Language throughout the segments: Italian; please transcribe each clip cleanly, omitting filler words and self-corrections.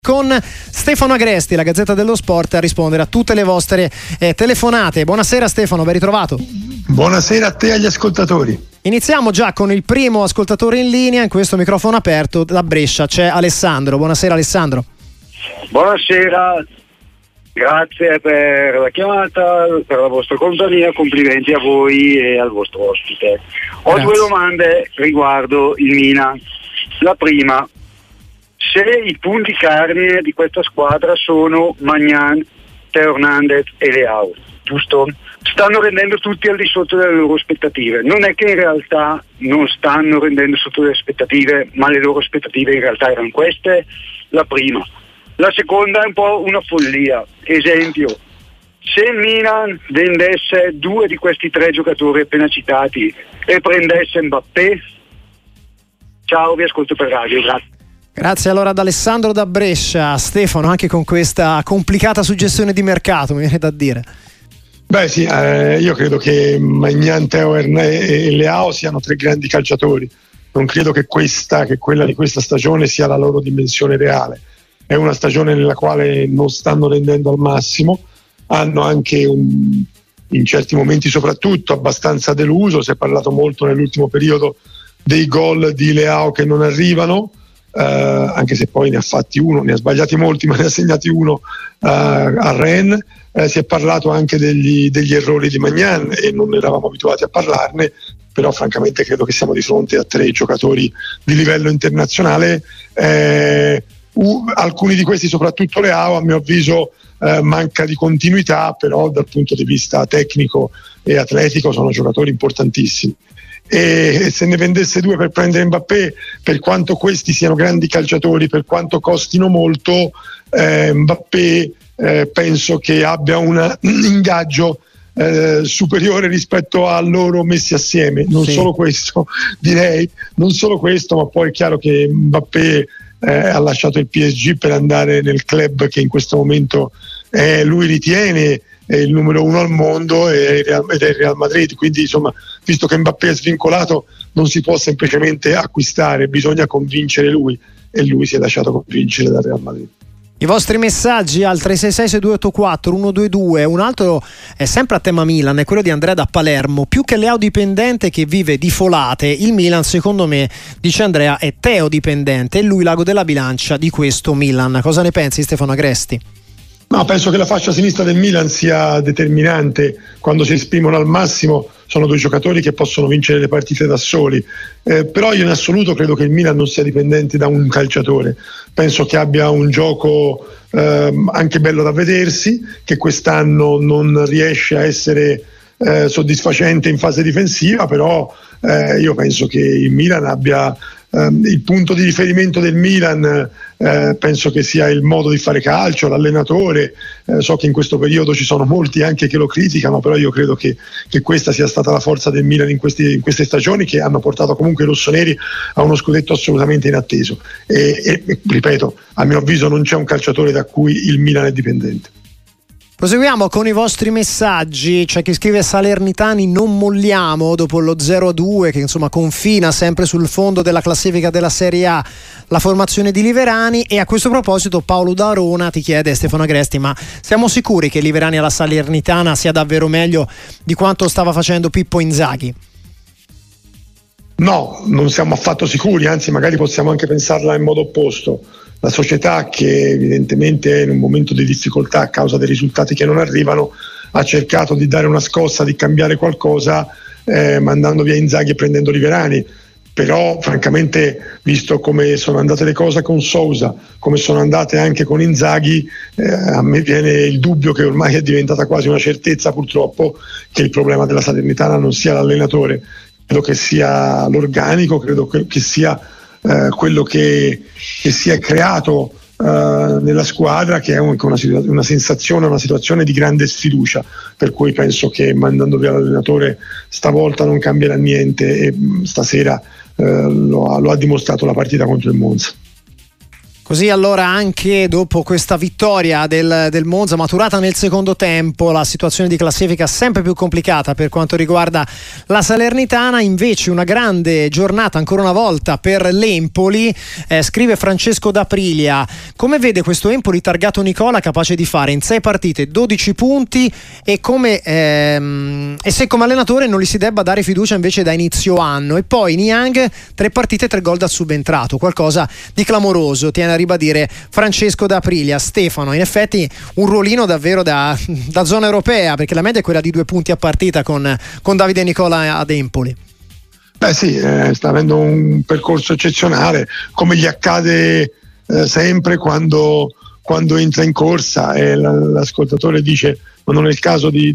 Con Stefano Agresti, la Gazzetta dello Sport, a rispondere a tutte le vostre telefonate. Buonasera Stefano, ben ritrovato. Buonasera a te e agli ascoltatori. Iniziamo già con il primo ascoltatore in linea, in questo microfono aperto da Brescia, c'è Alessandro. Buonasera Alessandro. Buonasera, grazie per la chiamata, per la vostra compagnia, complimenti a voi e al vostro ospite. Ho due domande riguardo il Milan. La prima: se i punti cardine di questa squadra sono Maignan, Teo Hernandez e Leao, giusto? Stanno rendendo tutti al di sotto delle loro aspettative. Non è che in realtà non stanno rendendo sotto le aspettative, ma le loro aspettative in realtà erano queste? La prima. La seconda è un po' una follia. Esempio: se il Milan vendesse due di questi tre giocatori appena citati e prendesse Mbappé. Ciao, vi ascolto per radio, grazie. Grazie allora ad Alessandro da Brescia. Stefano, anche con questa complicata suggestione di mercato, mi viene da dire. Beh sì, io credo che Maignan, Teo e Leao siano tre grandi calciatori. Non credo che quella di questa stagione sia la loro dimensione reale. È una stagione nella quale non stanno rendendo al massimo, hanno anche in certi momenti soprattutto abbastanza deluso. Si è parlato molto nell'ultimo periodo dei gol di Leao che non arrivano, anche se poi ne ha fatti uno, ne ha sbagliati molti ma ne ha segnati uno a Rennes. Si è parlato anche degli errori di Maignan e non eravamo abituati a parlarne, però francamente credo che siamo di fronte a tre giocatori di livello internazionale. Alcuni di questi, soprattutto Leao, a mio avviso manca di continuità, però dal punto di vista tecnico e atletico sono giocatori importantissimi. E se ne vendesse due per prendere Mbappé, per quanto questi siano grandi calciatori, per quanto costino molto, Mbappé penso che abbia un ingaggio superiore rispetto a loro messi assieme. Non solo questo, direi, non solo questo, ma poi è chiaro che Mbappé ha lasciato il PSG per andare nel club che in questo momento lui ritiene è il numero uno al mondo ed è il Real Madrid. Quindi insomma, visto che Mbappé è svincolato, non si può semplicemente acquistare, bisogna convincere lui, e lui si è lasciato convincere dal Real Madrid. I vostri messaggi al 366-6284-122. Un altro è sempre a tema Milan, è quello di Andrea da Palermo. Più che Leao dipendente che vive di folate, il Milan secondo me, dice Andrea, è Teo dipendente e lui l'ago della bilancia di questo Milan. Cosa ne pensi Stefano Agresti? No, penso che la fascia sinistra del Milan sia determinante quando si esprimono al massimo. Sono due giocatori che possono vincere le partite da soli, però io in assoluto credo che il Milan non sia dipendente da un calciatore. Penso che abbia un gioco anche bello da vedersi, che quest'anno non riesce a essere soddisfacente in fase difensiva, però io penso che il Milan abbia il punto di riferimento del Milan, penso che sia il modo di fare calcio, l'allenatore. So che in questo periodo ci sono molti anche che lo criticano, però io credo che questa sia stata la forza del Milan in queste stagioni, che hanno portato comunque i rossoneri a uno scudetto assolutamente inatteso e ripeto, a mio avviso non c'è un calciatore da cui il Milan è dipendente. Proseguiamo con i vostri messaggi. C'è chi scrive: Salernitani non molliamo, dopo lo 0-2 che insomma confina sempre sul fondo della classifica della Serie A la formazione di Liverani. E a questo proposito Paolo da Arona ti chiede, Stefano Agresti, ma siamo sicuri che Liverani alla Salernitana sia davvero meglio di quanto stava facendo Pippo Inzaghi? No, non siamo affatto sicuri, anzi magari possiamo anche pensarla in modo opposto. La società, che evidentemente è in un momento di difficoltà a causa dei risultati che non arrivano, ha cercato di dare una scossa, di cambiare qualcosa, mandando via Inzaghi e prendendo Liverani. Però francamente, visto come sono andate le cose con Sousa, come sono andate anche con Inzaghi, a me viene il dubbio che ormai è diventata quasi una certezza, purtroppo, che il problema della Salernitana non sia l'allenatore. Credo che sia l'organico, credo che sia quello che si è creato nella squadra, che è una sensazione, una situazione di grande sfiducia, per cui penso che mandando via l'allenatore stavolta non cambierà niente, e stasera lo ha dimostrato la partita contro il Monza. Così allora anche dopo questa vittoria del Monza maturata nel secondo tempo, la situazione di classifica sempre più complicata per quanto riguarda la Salernitana. Invece una grande giornata ancora una volta per l'Empoli, scrive Francesco D'Aprilia: come vede questo Empoli targato Nicola capace di fare in 6 partite 12 punti e se come allenatore non gli si debba dare fiducia invece da inizio anno? E poi Niang 3 partite 3 gol da subentrato, qualcosa di clamoroso, tiene a ribadire Francesco D'Aprilia. Stefano, in effetti un ruolino davvero da zona europea, perché la media è quella di 2 punti a partita con Davide Nicola ad Empoli. Beh sì, sta avendo un percorso eccezionale, come gli accade sempre quando entra in corsa, e l'ascoltatore dice ma non è il caso di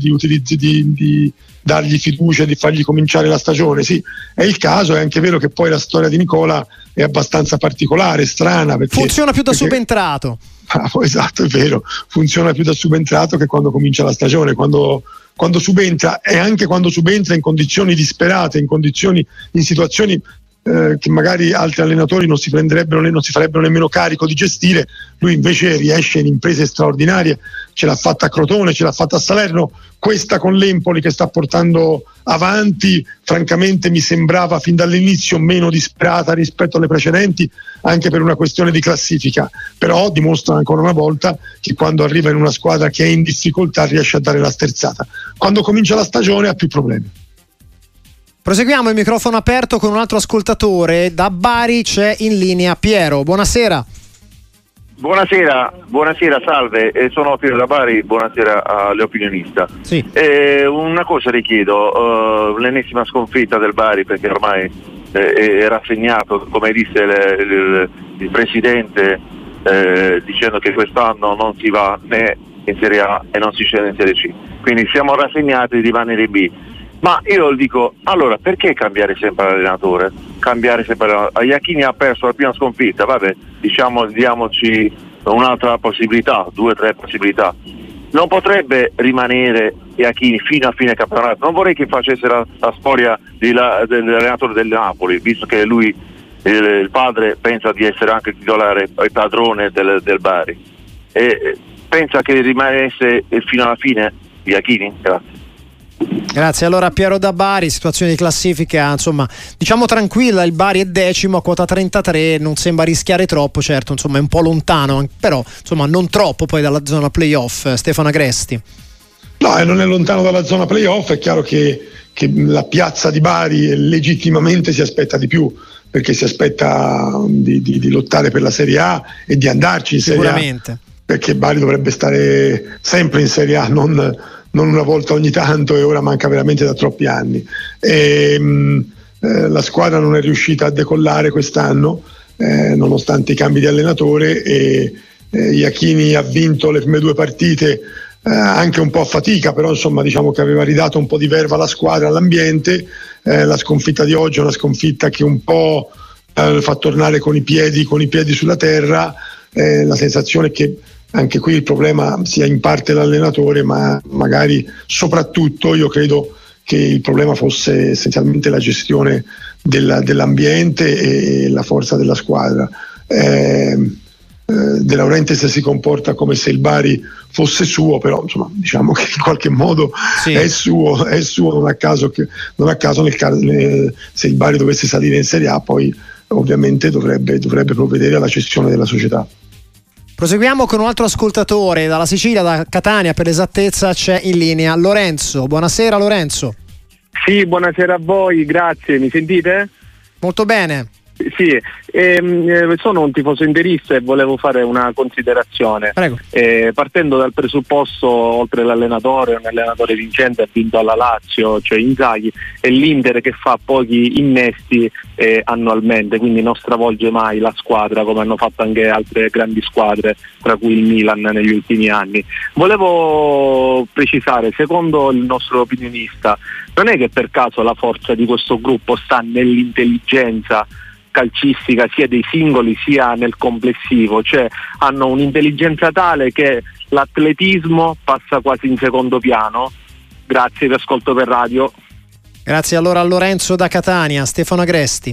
dargli fiducia, di fargli cominciare la stagione. Sì, è il caso. È anche vero che poi la storia di Nicola è abbastanza particolare, strana, perché funziona più da subentrato. Esatto, è vero, funziona più da subentrato che quando comincia la stagione, quando subentra, e anche quando subentra in condizioni disperate, in situazioni che magari altri allenatori non si farebbero nemmeno carico di gestire. Lui invece riesce in imprese straordinarie, ce l'ha fatta a Crotone, ce l'ha fatta a Salerno, questa con l'Empoli che sta portando avanti francamente mi sembrava fin dall'inizio meno disperata rispetto alle precedenti, anche per una questione di classifica, però dimostra ancora una volta che quando arriva in una squadra che è in difficoltà riesce a dare la sterzata. Quando comincia la stagione ha più problemi. Proseguiamo, il microfono aperto con un altro ascoltatore. Da Bari c'è in linea Piero. Buonasera. Buonasera, salve, sono Piero da Bari, buonasera all'opinionista. Sì. Una cosa richiedo, l'ennesima sconfitta del Bari, perché ormai è rassegnato, come disse il presidente, dicendo che quest'anno non si va né in Serie A e non si scende in Serie C, quindi siamo rassegnati di Serie B. Ma io dico, allora perché cambiare sempre l'allenatore? Iachini ha perso la prima sconfitta, vabbè, diamoci un'altra possibilità, 2 o 3 possibilità. Non potrebbe rimanere Iachini fino a fine campionato? Non vorrei che facesse la storia dell'allenatore del Napoli, visto che lui, il padre, pensa di essere anche il titolare e padrone del Bari. E pensa che rimanesse fino alla fine Iachini? Grazie. Allora Piero da Bari, situazione di classifica insomma diciamo tranquilla, il Bari è decimo a quota 33, non sembra rischiare troppo, certo insomma è un po' lontano, però insomma non troppo poi dalla zona playoff. Stefano Agresti. No, non è lontano dalla zona playoff, è chiaro che la piazza di Bari legittimamente si aspetta di più, perché si aspetta di lottare per la Serie A e di andarci in Serie A, perché Bari dovrebbe stare sempre in Serie A, non una volta ogni tanto, e ora manca veramente da troppi anni. La squadra non è riuscita a decollare quest'anno, nonostante i cambi di allenatore, e Iachini ha vinto le prime 2 partite anche un po' a fatica, però insomma diciamo che aveva ridato un po' di verve alla squadra, all'ambiente. La sconfitta di oggi è una sconfitta che un po' fa tornare con i piedi sulla terra. La sensazione è che anche qui il problema sia in parte l'allenatore, ma magari soprattutto io credo che il problema fosse essenzialmente la gestione dell'ambiente e la forza della squadra. De Laurentiis si comporta come se il Bari fosse suo, però insomma diciamo che in qualche modo sì, è suo, non a caso se il Bari dovesse salire in Serie A poi ovviamente dovrebbe provvedere alla cessione della società. Proseguiamo con un altro ascoltatore dalla Sicilia, da Catania per l'esattezza, c'è in linea Lorenzo. Buonasera Lorenzo. Sì, buonasera a voi, grazie, mi sentite? Molto bene. Sì, sono un tifoso interista e volevo fare una considerazione. Prego. Partendo dal presupposto, oltre l'allenatore, un allenatore vincente ha vinto alla Lazio, cioè Inzaghi, e l'Inter che fa pochi innesti annualmente, quindi non stravolge mai la squadra come hanno fatto anche altre grandi squadre, tra cui il Milan negli ultimi anni. Volevo precisare, secondo il nostro opinionista, non è che per caso la forza di questo gruppo sta nell'intelligenza calcistica sia dei singoli sia nel complessivo, cioè hanno un'intelligenza tale che l'atletismo passa quasi in secondo piano. Grazie, vi ascolto per radio. Grazie allora a Lorenzo da Catania. Stefano Agresti.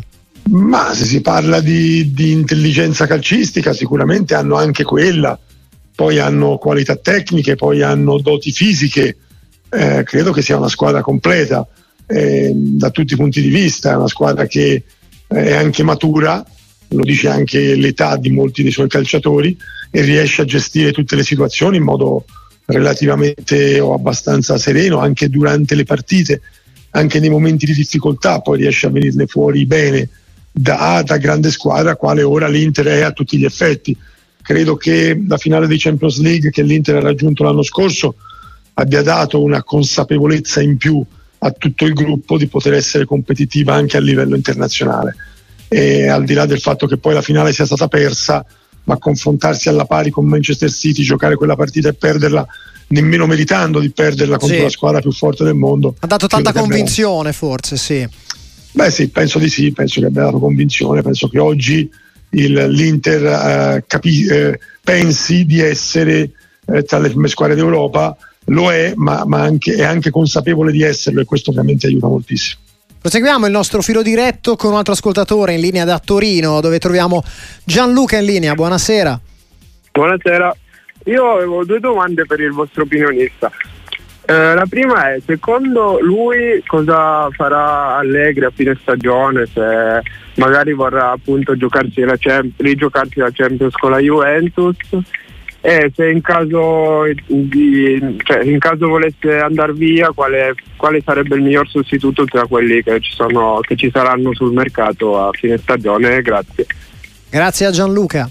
Ma se si parla di intelligenza calcistica, sicuramente hanno anche quella, poi hanno qualità tecniche, poi hanno doti fisiche. Credo che sia una squadra completa da tutti i punti di vista, è una squadra che è anche matura, lo dice anche l'età di molti dei suoi calciatori, e riesce a gestire tutte le situazioni in modo relativamente o abbastanza sereno, anche durante le partite, anche nei momenti di difficoltà, poi riesce a venirne fuori bene da grande squadra, quale ora l'Inter è a tutti gli effetti. Credo che la finale di Champions League che l'Inter ha raggiunto l'anno scorso abbia dato una consapevolezza in più a tutto il gruppo di poter essere competitiva anche a livello internazionale, e al di là del fatto che poi la finale sia stata persa, ma confrontarsi alla pari con Manchester City, giocare quella partita e perderla nemmeno meritando di perderla contro la squadra più forte del mondo, ha dato tanta convinzione, forse. Sì, penso di sì, penso che abbia dato convinzione, penso che oggi l'Inter pensi di essere tra le prime squadre d'Europa, lo è, ma è anche consapevole di esserlo, e questo ovviamente aiuta moltissimo. Proseguiamo il nostro filo diretto con un altro ascoltatore in linea da Torino, dove troviamo Gianluca in linea. Buonasera. Buonasera, io avevo 2 domande per il vostro opinionista. La prima è, secondo lui cosa farà Allegri a fine stagione, se magari vorrà appunto rigiocarsi la Champions con la Juventus, e se in caso volesse andare via, quale sarebbe il miglior sostituto tra quelli che ci saranno sul mercato a fine stagione? Grazie a Gianluca.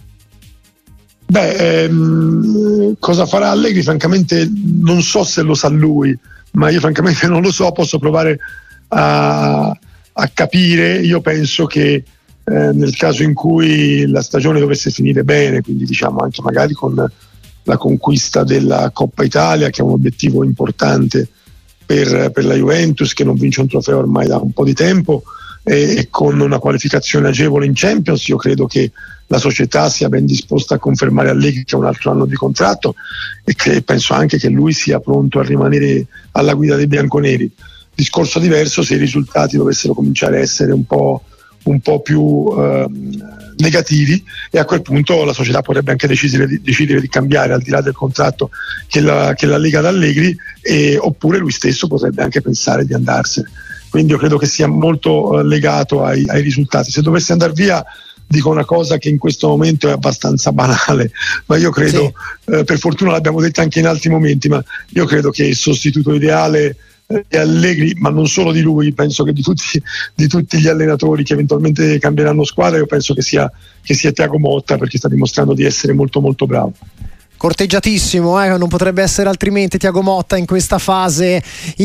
Cosa farà Allegri? Francamente non so se lo sa lui, ma io francamente non lo so, posso provare a capire. Io penso che nel caso in cui la stagione dovesse finire bene, quindi diciamo anche magari con la conquista della Coppa Italia, che è un obiettivo importante per la Juventus, che non vince un trofeo ormai da un po' di tempo, e con una qualificazione agevole in Champions, io credo che la società sia ben disposta a confermare Allegri che ha un altro anno di contratto, e che penso anche che lui sia pronto a rimanere alla guida dei bianconeri. Discorso diverso se i risultati dovessero cominciare a essere un po' più negativi, e a quel punto la società potrebbe anche decidere di cambiare, al di là del contratto che la lega ad Allegri, oppure lui stesso potrebbe anche pensare di andarsene. Quindi io credo che sia molto legato ai risultati. Se dovesse andare via, dico una cosa che in questo momento è abbastanza banale, ma io credo, per fortuna l'abbiamo detto anche in altri momenti, ma io credo che il sostituto ideale è Allegri, ma non solo di lui, penso che di tutti gli allenatori che eventualmente cambieranno squadra, io penso che sia Thiago Motta, perché sta dimostrando di essere molto molto bravo. Corteggiatissimo, non potrebbe essere altrimenti Thiago Motta in questa fase.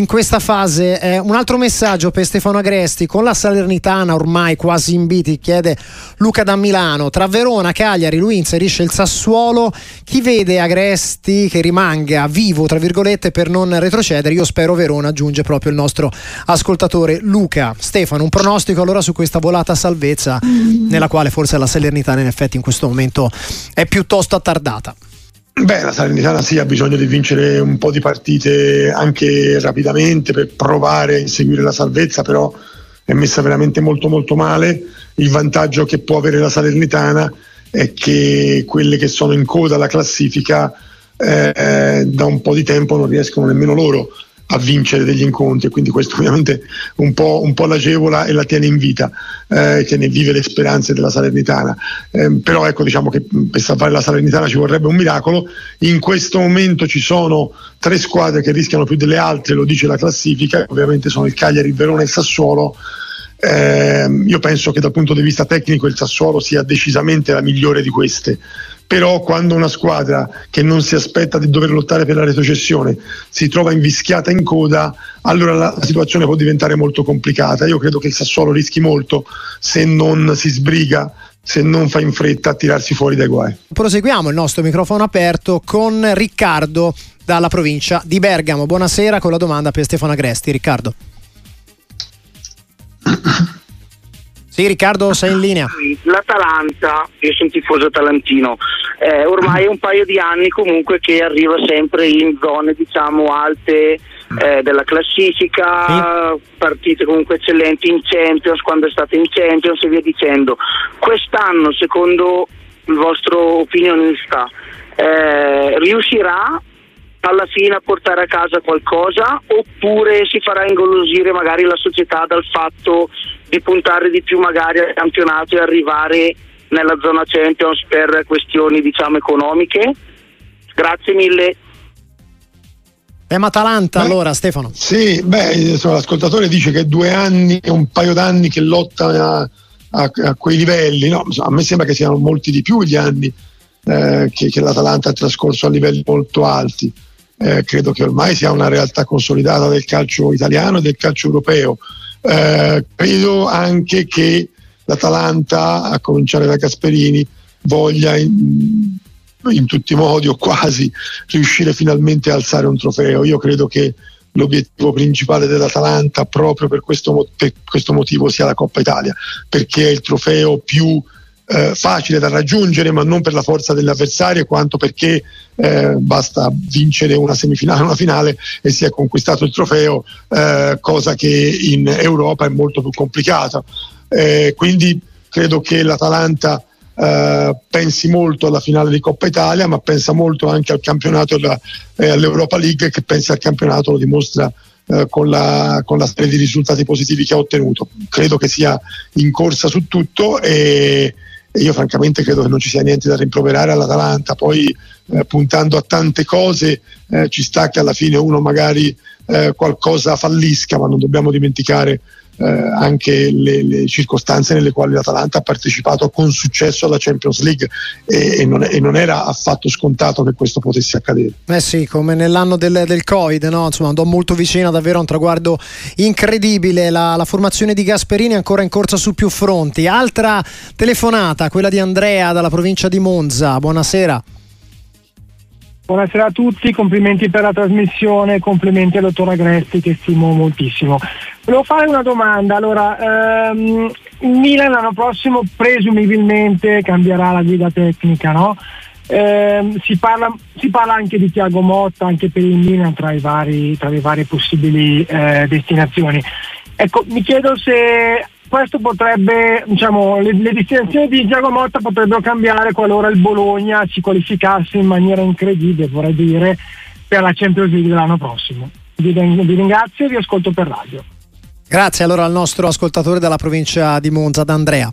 Un altro messaggio per Stefano Agresti: con la Salernitana ormai quasi in B, ti chiede Luca da Milano, tra Verona, Cagliari, lui inserisce il Sassuolo, chi vede Agresti che rimanga vivo tra virgolette per non retrocedere? Io spero Verona, aggiunge proprio il nostro ascoltatore Luca. Stefano, un pronostico allora su questa volata a salvezza, nella quale forse la Salernitana in effetti in questo momento è piuttosto attardata? La Salernitana sì, ha bisogno di vincere un po' di partite anche rapidamente per provare a inseguire la salvezza, però è messa veramente molto molto male. Il vantaggio che può avere la Salernitana è che quelle che sono in coda alla classifica da un po' di tempo non riescono nemmeno loro a vincere degli incontri, quindi questo ovviamente un po' l'agevola e la tiene in vita, che ne vive le speranze della Salernitana, però ecco, diciamo che per salvare la Salernitana ci vorrebbe un miracolo. In questo momento ci sono 3 squadre che rischiano più delle altre, lo dice la classifica, ovviamente sono il Cagliari, il Verona e il Sassuolo. Io penso che dal punto di vista tecnico il Sassuolo sia decisamente la migliore di queste, però quando una squadra che non si aspetta di dover lottare per la retrocessione si trova invischiata in coda, allora la situazione può diventare molto complicata. Io credo che il Sassuolo rischi molto se non si sbriga, se non fa in fretta a tirarsi fuori dai guai. Proseguiamo il nostro microfono aperto con Riccardo dalla provincia di Bergamo. Buonasera, con la domanda per Stefano Agresti. Riccardo. Sì, Riccardo, sei in linea. L'Atalanta, io sono tifoso atalantino, ormai è un paio di anni comunque che arriva sempre in zone diciamo alte della classifica, partite comunque eccellenti in Champions, quando è stato in Champions e via dicendo. Quest'anno, secondo il vostro opinionista, riuscirà alla fine a portare a casa qualcosa, oppure si farà ingolosire magari la società dal fatto di puntare di più magari al campionato e arrivare nella zona Champions per questioni diciamo economiche? Grazie mille. Tema Atalanta, allora Stefano. Sì, l'ascoltatore dice che 2 anni, un paio d'anni che lotta a quei livelli, no? A me sembra che siano molti di più gli anni che l'Atalanta ha trascorso a livelli molto alti. Credo che ormai sia una realtà consolidata del calcio italiano e del calcio europeo. Credo anche che l'Atalanta, a cominciare da Gasperini, voglia in tutti i modi o quasi riuscire finalmente a alzare un trofeo. Io credo che l'obiettivo principale dell'Atalanta proprio per questo motivo sia la Coppa Italia, perché è il trofeo più facile da raggiungere, ma non per la forza dell'avversario quanto perché basta vincere una semifinale, una finale e si è conquistato il trofeo, cosa che in Europa è molto più complicata. Quindi credo che l'Atalanta pensi molto alla finale di Coppa Italia, ma pensa molto anche al campionato all'Europa League, che pensa al campionato lo dimostra con la serie di risultati positivi che ha ottenuto. Credo che sia in corsa su tutto e io francamente credo che non ci sia niente da rimproverare all'Atalanta. Poi puntando a tante cose ci sta che alla fine uno magari qualcosa fallisca, ma non dobbiamo dimenticare anche le circostanze nelle quali l'Atalanta ha partecipato con successo alla Champions League e non era affatto scontato che questo potesse accadere. Sì, come nell'anno del Covid, no? Insomma, andò molto vicino davvero a un traguardo incredibile. La formazione di Gasperini è ancora in corsa su più fronti. Altra telefonata, quella di Andrea dalla provincia di Monza. Buonasera. Buonasera a tutti, complimenti per la trasmissione, complimenti al dottor Agresti che stimo moltissimo. Volevo fare una domanda. Allora, il Milan l'anno prossimo presumibilmente cambierà la guida tecnica, no? Si parla anche di Thiago Motta anche per il Milan tra le varie possibili destinazioni. Ecco, mi chiedo se questo potrebbe, diciamo, le destinazioni di Thiago Motta potrebbero cambiare qualora il Bologna si qualificasse in maniera incredibile, vorrei dire, per la Champions League dell'anno prossimo. Vi ringrazio e vi ascolto per radio. Grazie allora al nostro ascoltatore dalla provincia di Monza, ad Andrea.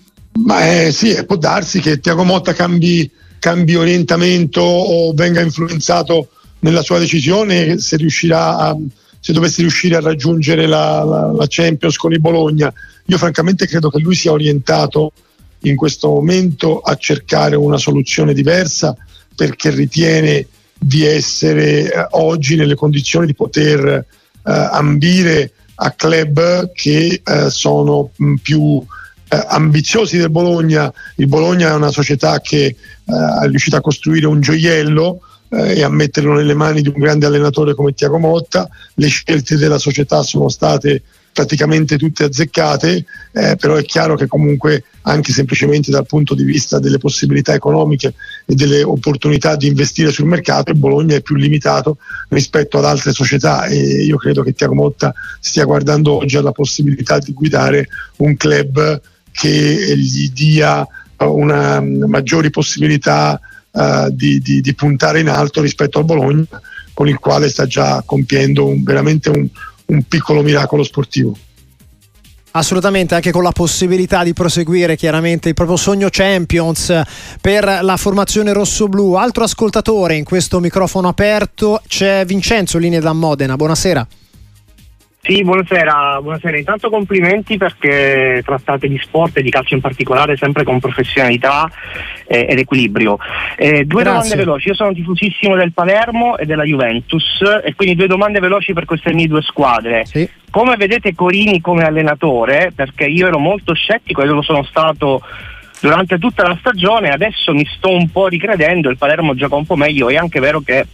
Sì, può darsi che Thiago Motta cambi orientamento o venga influenzato nella sua decisione se dovesse riuscire a raggiungere la Champions con il Bologna. Io francamente credo che lui sia orientato in questo momento a cercare una soluzione diversa, perché ritiene di essere oggi nelle condizioni di poter ambire a club che sono più ambiziosi del Bologna. Il Bologna è una società che è riuscita a costruire un gioiello e a metterlo nelle mani di un grande allenatore come Thiago Motta. Le scelte della società sono state praticamente tutte azzeccate, però è chiaro che comunque anche semplicemente dal punto di vista delle possibilità economiche e delle opportunità di investire sul mercato, il Bologna è più limitato rispetto ad altre società e io credo che Thiago Motta stia guardando oggi alla possibilità di guidare un club che gli dia una maggiori possibilità di puntare in alto rispetto al Bologna, con il quale sta già compiendo veramente un piccolo miracolo sportivo. Assolutamente, anche con la possibilità di proseguire chiaramente il proprio sogno Champions per la formazione rossoblù. Altro ascoltatore in questo microfono aperto, c'è Vincenzo, linea da Modena. Buonasera. Sì, buonasera. Intanto complimenti perché trattate di sport e di calcio in particolare sempre con professionalità ed equilibrio. Due domande veloci. Io sono tifosissimo del Palermo e della Juventus e quindi 2 domande veloci per queste mie 2 squadre. Sì. Come vedete Corini come allenatore? Perché io ero molto scettico e lo sono stato durante tutta la stagione, adesso mi sto un po' ricredendo, il Palermo gioca un po' meglio, è anche vero che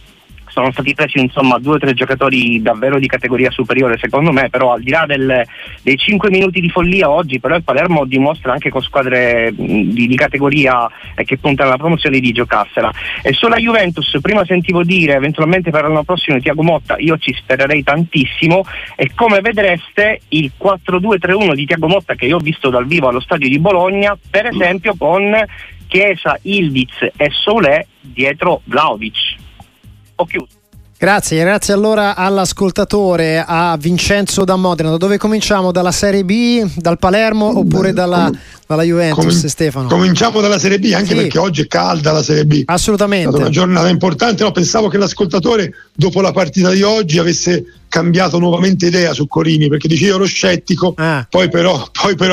sono stati presi insomma 2 o 3 giocatori davvero di categoria superiore secondo me, però al di là dei 5 minuti di follia oggi, però il Palermo dimostra anche con squadre di categoria che puntano alla promozione di giocarsela. E sulla Juventus prima sentivo dire eventualmente per l'anno prossimo Thiago Motta, io ci spererei tantissimo, e come vedreste il 4-2-3-1 di Thiago Motta che io ho visto dal vivo allo stadio di Bologna, per esempio con Chiesa, Ildiz e Soulé dietro Vlahovic. Ho chiuso. Grazie allora all'ascoltatore, a Vincenzo da Modena. Da dove cominciamo? Dalla Serie B, dal Palermo oppure dalla Juventus, Stefano? Cominciamo dalla Serie B, anche perché oggi è calda la Serie B. Assolutamente. È stata una giornata importante. No, pensavo che l'ascoltatore dopo la partita di oggi avesse cambiato nuovamente idea su Corini, perché dice io ero scettico, poi però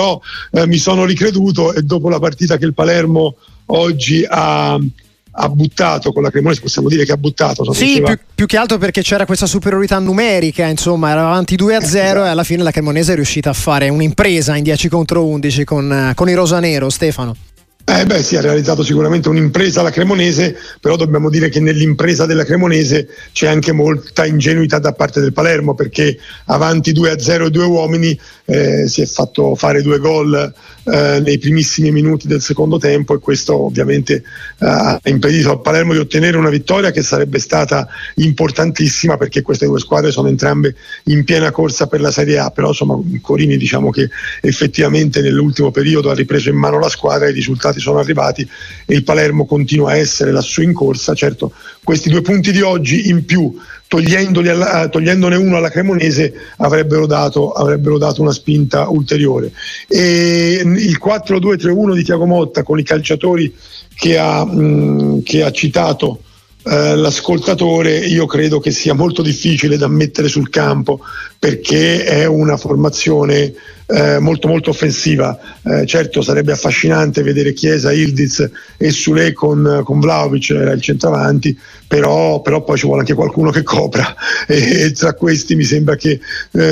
mi sono ricreduto, e dopo la partita che il Palermo oggi ha buttato con la Cremonese, possiamo dire che ha buttato. Sì, più che altro perché c'era questa superiorità numerica, insomma, era avanti 2-0 e alla fine la Cremonese è riuscita a fare un'impresa in 10 contro 11 con i rosanero, Stefano. Sì, ha realizzato sicuramente un'impresa la Cremonese, però dobbiamo dire che nell'impresa della Cremonese c'è anche molta ingenuità da parte del Palermo, perché avanti 2-0 e 2 uomini si è fatto fare 2 gol nei primissimi minuti del secondo tempo, e questo ovviamente ha impedito al Palermo di ottenere una vittoria che sarebbe stata importantissima, perché queste 2 squadre sono entrambe in piena corsa per la Serie A. Però insomma Corini, diciamo che effettivamente nell'ultimo periodo ha ripreso in mano la squadra, i risultati sono arrivati e il Palermo continua a essere lassù in corsa. Certo, questi 2 punti di oggi in più, togliendone uno alla Cremonese, avrebbero dato una spinta ulteriore. E il 4-2-3-1 di Thiago Motta, con i calciatori che ha citato l'ascoltatore, io credo che sia molto difficile da mettere sul campo, perché è una formazione molto molto offensiva. Certo, sarebbe affascinante vedere Chiesa, Ildiz e Soulé con Vlahovic, era il centravanti, però poi ci vuole anche qualcuno che copra, e tra questi mi sembra che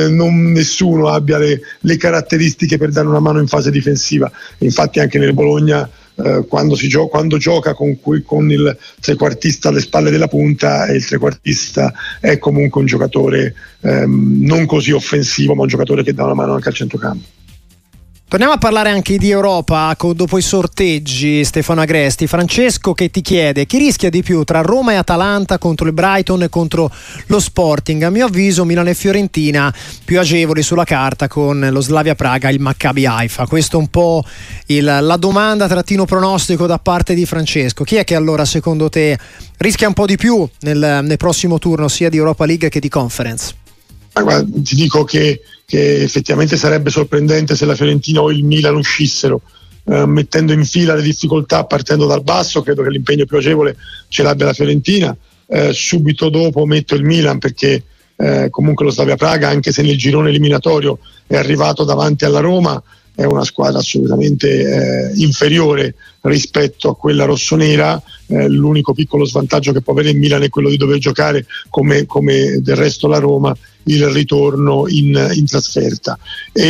nessuno abbia le caratteristiche per dare una mano in fase difensiva. Infatti anche nel Bologna, quando gioca con il trequartista alle spalle della punta, e il trequartista è comunque un giocatore non così offensivo, ma un giocatore che dà una mano anche al centrocampo. Torniamo a parlare anche di Europa dopo i sorteggi, Stefano Agresti. Francesco che ti chiede: chi rischia di più tra Roma e Atalanta contro il Brighton e contro lo Sporting? A mio avviso Milan e Fiorentina più agevoli sulla carta, con lo Slavia Praga e il Maccabi Haifa. Questo è un po' la domanda / pronostico da parte di Francesco. Chi è che allora secondo te rischia un po' di più nel prossimo turno, sia di Europa League che di Conference? Guarda, ti dico che effettivamente sarebbe sorprendente se la Fiorentina o il Milan uscissero mettendo in fila le difficoltà partendo dal basso. Credo che l'impegno più agevole ce l'abbia la Fiorentina, subito dopo metto il Milan, perché comunque lo Slavia Praga, anche se nel girone eliminatorio è arrivato davanti alla Roma, è una squadra assolutamente inferiore rispetto a quella rossonera. L'unico piccolo svantaggio che può avere il Milan è quello di dover giocare, come del resto la Roma, il ritorno in trasferta.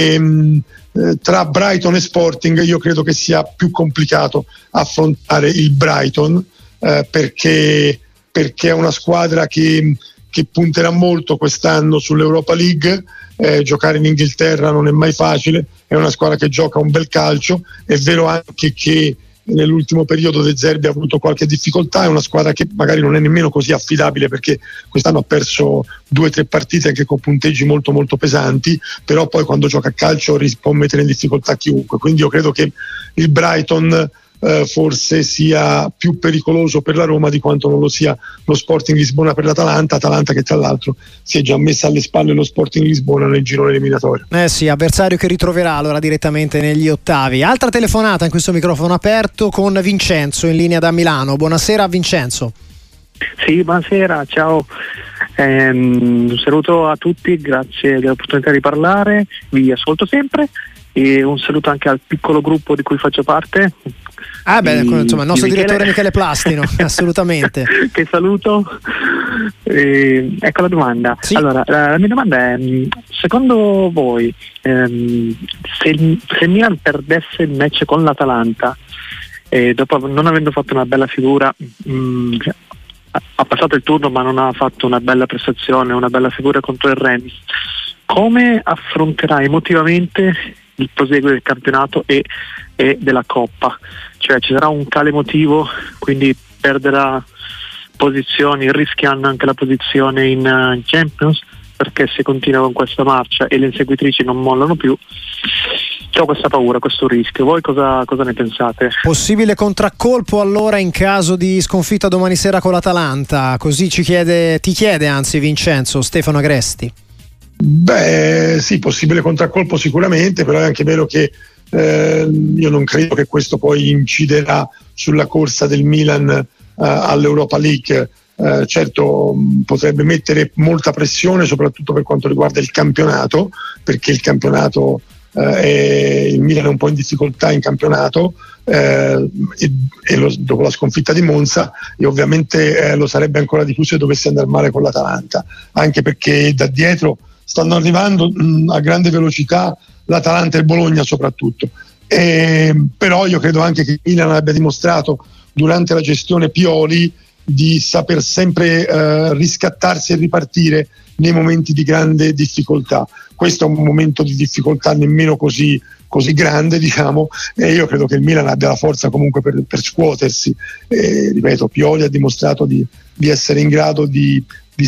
Tra Brighton e Sporting io credo che sia più complicato affrontare il Brighton, perché è una squadra che punterà molto quest'anno sull'Europa League. Giocare in Inghilterra non è mai facile, è una squadra che gioca un bel calcio. È vero anche che nell'ultimo periodo De Zerbi ha avuto qualche difficoltà, è una squadra che magari non è nemmeno così affidabile, perché quest'anno ha perso 2 o 3 partite anche con punteggi molto molto pesanti, però poi quando gioca a calcio può mettere in difficoltà chiunque. Quindi io credo che il Brighton forse sia più pericoloso per la Roma di quanto non lo sia lo Sporting Lisbona per Atalanta che tra l'altro si è già messa alle spalle lo Sporting Lisbona nel girone eliminatorio. Sì, avversario che ritroverà allora direttamente negli ottavi. Altra telefonata in questo microfono aperto con Vincenzo in linea da Milano. Buonasera Vincenzo. Sì, buonasera, ciao. Un saluto a tutti, grazie dell'opportunità di parlare, vi ascolto sempre, e un saluto anche al piccolo gruppo di cui faccio parte. Insomma, il nostro direttore Michele Plastino, assolutamente. Che saluto. Ecco la domanda. Sì. Allora, la mia domanda è: secondo voi, se Milan perdesse il match con l'Atalanta, dopo non avendo fatto una bella figura, ha passato il turno ma non ha fatto una bella prestazione, una bella figura contro il Rennes. Come affronterà emotivamente il proseguo del campionato e della Coppa? Cioè ci sarà un calo emotivo, quindi perderà posizioni, rischiando anche la posizione in Champions, perché se continua con questa marcia e le inseguitrici non mollano più, ho questa paura, questo rischio. Voi cosa ne pensate? Possibile contraccolpo allora in caso di sconfitta domani sera con l'Atalanta? Così ti chiede Vincenzo, Stefano Agresti. Beh sì, possibile contraccolpo sicuramente, però è anche vero che io non credo che questo poi inciderà sulla corsa del Milan all'Europa League. Certo potrebbe mettere molta pressione soprattutto per quanto riguarda il campionato, perché il campionato il Milan è un po' in difficoltà in campionato dopo la sconfitta di Monza, e ovviamente lo sarebbe ancora di più se dovesse andare male con l'Atalanta, anche perché da dietro stanno arrivando a grande velocità l'Atalanta e il Bologna soprattutto. Però io credo anche che il Milan abbia dimostrato durante la gestione Pioli di saper sempre riscattarsi e ripartire nei momenti di grande difficoltà. Questo è un momento di difficoltà nemmeno così grande, diciamo, e io credo che il Milan abbia la forza comunque per scuotersi. Ripeto, Pioli ha dimostrato di essere in grado di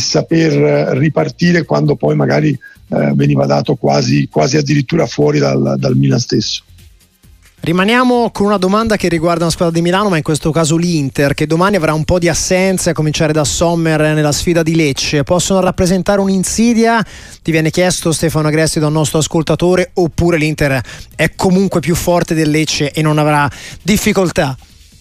saper ripartire quando poi magari veniva dato quasi addirittura fuori dal Milan stesso. Rimaniamo con una domanda che riguarda una squadra di Milano, ma in questo caso l'Inter, che domani avrà un po' di assenze, a cominciare da Sommer nella sfida di Lecce. Possono rappresentare un'insidia? Ti viene chiesto, Stefano Agresti, da un nostro ascoltatore, oppure l'Inter è comunque più forte del Lecce e non avrà difficoltà?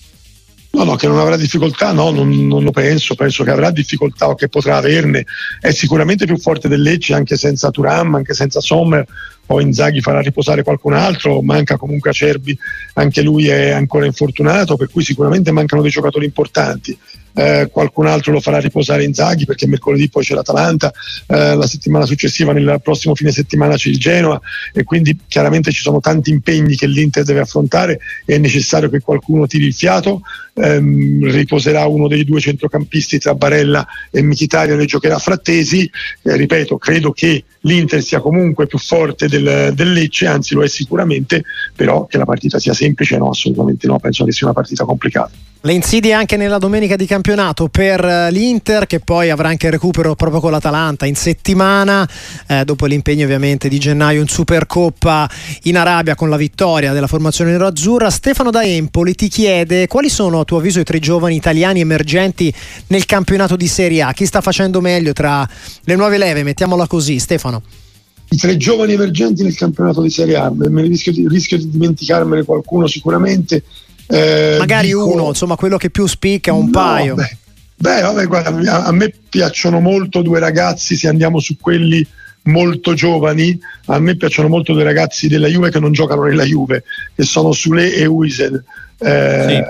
No, che non avrà difficoltà, no, non lo penso che avrà difficoltà o che potrà averne. È sicuramente più forte del Lecce, anche senza Thuram, anche senza Sommer. Poi Inzaghi farà riposare qualcun altro, manca comunque Acerbi, anche lui è ancora infortunato, per cui sicuramente mancano dei giocatori importanti. Qualcun altro lo farà riposare Inzaghi, perché mercoledì poi c'è l'Atalanta, la settimana successiva, nel prossimo fine settimana c'è il Genoa, e quindi chiaramente ci sono tanti impegni che l'Inter deve affrontare e è necessario che qualcuno tiri il fiato. Riposerà uno dei due centrocampisti tra Barella e Mkhitaryan e giocherà Frattesi. Ripeto, credo che l'Inter sia comunque più forte del Lecce, anzi lo è sicuramente, però che la partita sia semplice no, assolutamente no, penso che sia una partita complicata. Le insidie anche nella domenica di campionato per l'Inter, che poi avrà anche il recupero proprio con l'Atalanta in settimana, dopo l'impegno ovviamente di gennaio in Supercoppa in Arabia con la vittoria della formazione nerazzurra. Stefano da Empoli ti chiede quali sono a tuo avviso i tre giovani italiani emergenti nel campionato di Serie A. Chi sta facendo meglio tra le nuove leve, mettiamola così, Stefano? I tre giovani emergenti nel campionato di Serie A, rischio di dimenticarmene qualcuno sicuramente. Magari uno, insomma, quello che più spicca, un paio. Vabbè, guarda, a me piacciono molto due ragazzi, se andiamo su quelli molto giovani, a me piacciono molto due ragazzi della Juve che non giocano nella Juve, che sono Sule e Huijsen. Sì.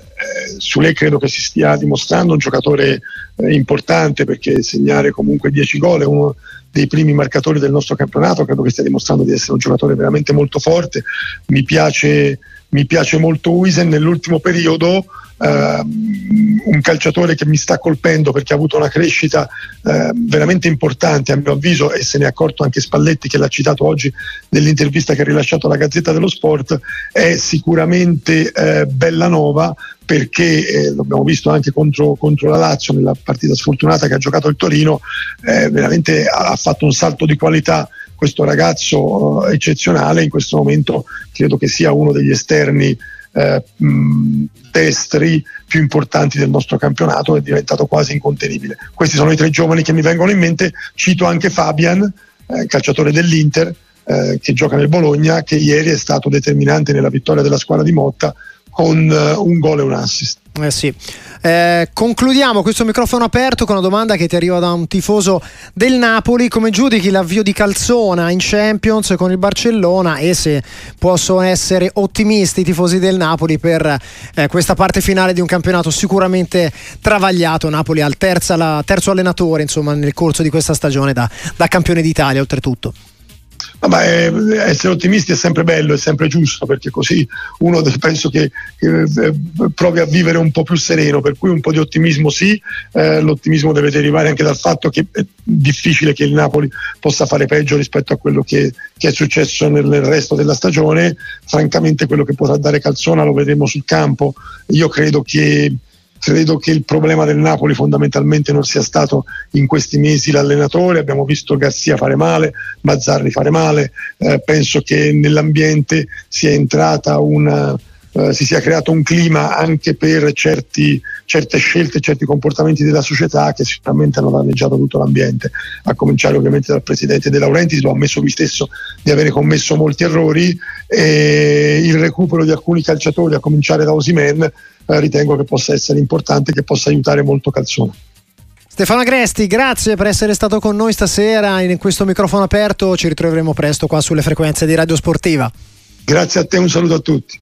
Sule credo che si stia dimostrando un giocatore importante, perché segnare comunque 10 gol è uno dei primi marcatori del nostro campionato, credo che stia dimostrando di essere un giocatore veramente molto forte. Mi piace molto Huijsen nell'ultimo periodo, un calciatore che mi sta colpendo perché ha avuto una crescita veramente importante a mio avviso, e se ne è accorto anche Spalletti, che l'ha citato oggi nell'intervista che ha rilasciato alla Gazzetta dello Sport. È sicuramente Bellanova, perché l'abbiamo visto anche contro la Lazio nella partita sfortunata che ha giocato il Torino, veramente ha fatto un salto di qualità questo ragazzo eccezionale. In questo momento credo che sia uno degli esterni destri più importanti del nostro campionato, è diventato quasi incontenibile. Questi sono i tre giovani che mi vengono in mente. Cito anche Fabian, calciatore dell'Inter, che gioca nel Bologna, che ieri è stato determinante nella vittoria della squadra di Motta con un gol e un assist. Sì. Concludiamo questo microfono aperto con una domanda che ti arriva da un tifoso del Napoli: come giudichi l'avvio di Calzona in Champions con il Barcellona, e se possono essere ottimisti i tifosi del Napoli per questa parte finale di un campionato sicuramente travagliato. Napoli al terzo allenatore, insomma, nel corso di questa stagione da campione d'Italia oltretutto. Essere ottimisti è sempre bello, è sempre giusto, perché così uno penso che provi a vivere un po' più sereno, per cui un po' di ottimismo sì, l'ottimismo deve derivare anche dal fatto che è difficile che il Napoli possa fare peggio rispetto a quello che è successo nel resto della stagione. Francamente quello che potrà dare Calzona lo vedremo sul campo. Io credo che il problema del Napoli fondamentalmente non sia stato in questi mesi l'allenatore. Abbiamo visto Garcia fare male, Mazzarri fare male, penso che nell'ambiente sia entrata si sia creato un clima anche per certe scelte, certi comportamenti della società che sicuramente hanno danneggiato tutto l'ambiente, a cominciare ovviamente dal presidente De Laurentiis. Lo ha ammesso lui stesso di avere commesso molti errori, e il recupero di alcuni calciatori, a cominciare da Osimhen, ritengo che possa essere importante, che possa aiutare molto Calzona. Stefano Agresti, grazie per essere stato con noi stasera in questo microfono aperto. Ci ritroveremo presto qua sulle frequenze di Radio Sportiva. Grazie a te, un saluto a tutti.